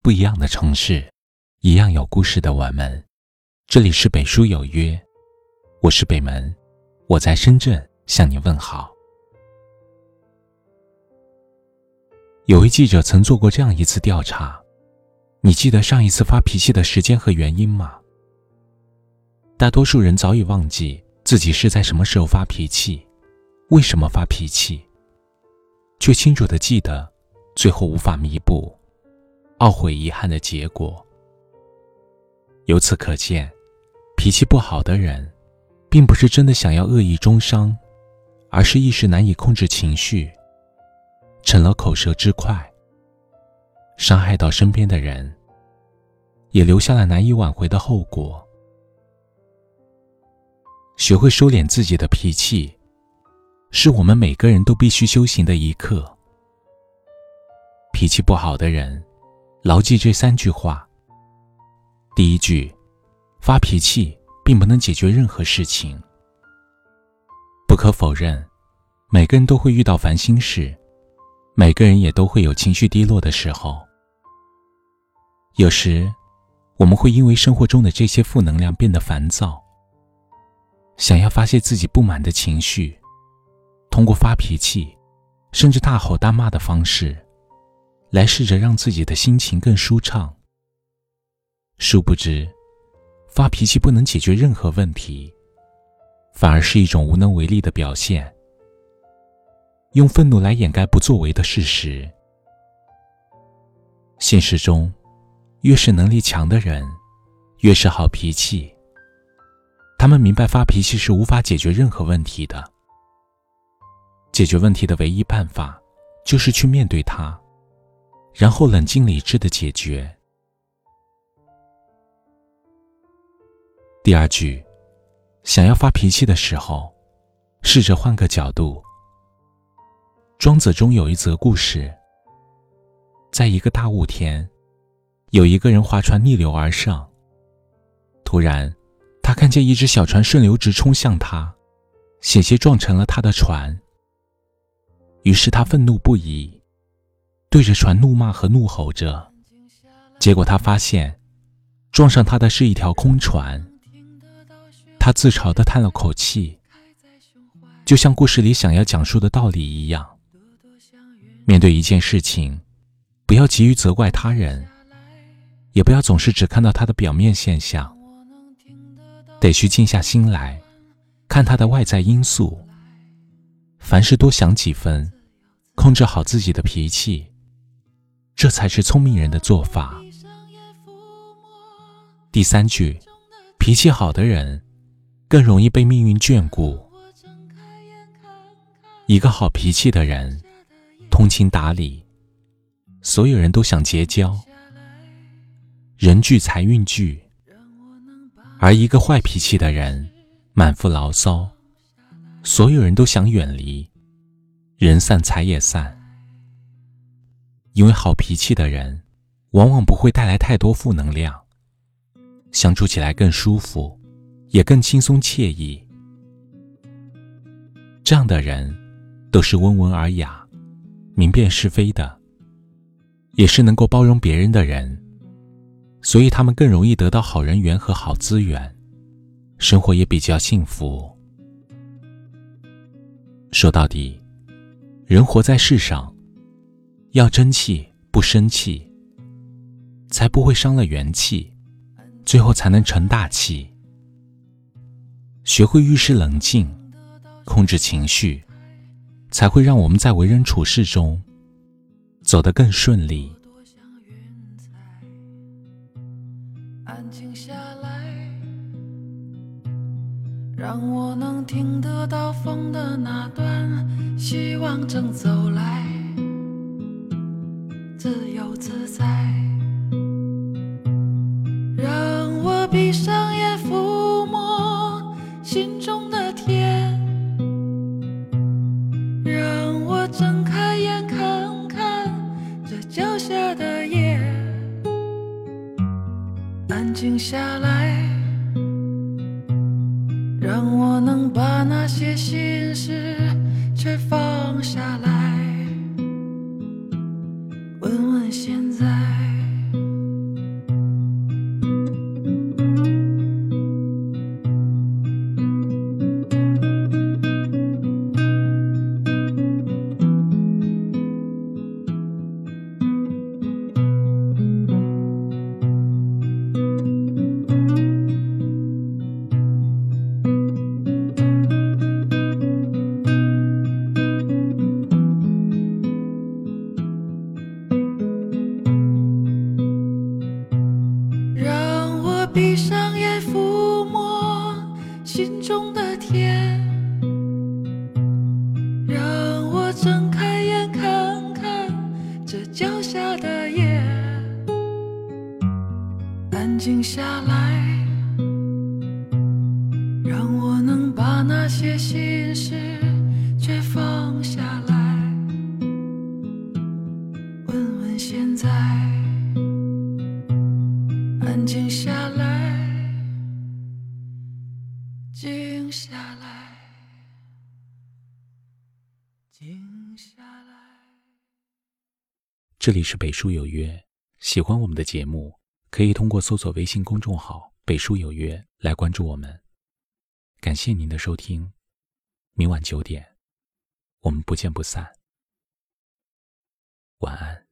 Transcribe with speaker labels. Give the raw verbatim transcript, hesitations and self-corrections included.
Speaker 1: 不一样的城市，一样有故事的我们。这里是北书有约，我是北门，我在深圳向你问好。有位记者曾做过这样一次调查，你记得上一次发脾气的时间和原因吗？大多数人早已忘记自己是在什么时候发脾气，为什么发脾气，却清楚地记得最后无法弥补懊悔遗憾的结果。由此可见，脾气不好的人并不是真的想要恶意中伤，而是一时难以控制情绪，成了口舌之快，伤害到身边的人，也留下了难以挽回的后果。学会收敛自己的脾气，是我们每个人都必须修行的一课。脾气不好的人，牢记这三句话。第一句，发脾气并不能解决任何事情。不可否认，每个人都会遇到烦心事，每个人也都会有情绪低落的时候。有时，我们会因为生活中的这些负能量变得烦躁，想要发泄自己不满的情绪，通过发脾气，甚至大吼大骂的方式，来试着让自己的心情更舒畅。殊不知，发脾气不能解决任何问题，反而是一种无能为力的表现。用愤怒来掩盖不作为的事实。现实中，越是能力强的人，越是好脾气。他们明白发脾气是无法解决任何问题的。解决问题的唯一办法，就是去面对它，然后冷静理智地解决。第二句，想要发脾气的时候，试着换个角度。庄子中有一则故事，在一个大雾天，有一个人划船逆流而上，突然他看见一只小船顺流直冲向他，险些撞成了他的船。于是他愤怒不已，对着船怒骂和怒吼着。结果他发现，撞上他的是一条空船。他自嘲地叹了口气，就像故事里想要讲述的道理一样。面对一件事情，不要急于责怪他人，也不要总是只看到他的表面现象，得需静下心来，看他的外在因素。凡事多想几分，控制好自己的脾气，这才是聪明人的做法。第三句，脾气好的人更容易被命运眷顾。一个好脾气的人，通情达理，所有人都想结交，人聚财运聚。而一个坏脾气的人，满腹牢骚，所有人都想远离，人散财也散。因为好脾气的人，往往不会带来太多负能量，相处起来更舒服，也更轻松惬意。这样的人都是温文尔雅，明辨是非的，也是能够包容别人的人，所以他们更容易得到好人缘和好资源，生活也比较幸福。说到底，人活在世上，要争气不生气，才不会伤了元气，最后才能成大器。学会遇事冷静，控制情绪，才会让我们在为人处事中走得更顺利。
Speaker 2: 安静下来，让我能听得到风的那段，希望正走来，自由自在。让我闭上眼，抚摸心中的天，让我睁开眼，看看这脚下的夜。安静下来，让我能把那些心事全放下来，问问现在中的天，让我睁开眼看看这脚下的夜，安静下来，让我能把那些心事却放下来。问问现在，安静下来，静下来，静下来。
Speaker 1: 这里是北书有约，喜欢我们的节目，可以通过搜索微信公众号北书有约来关注我们。感谢您的收听，明晚九点，我们不见不散。晚安。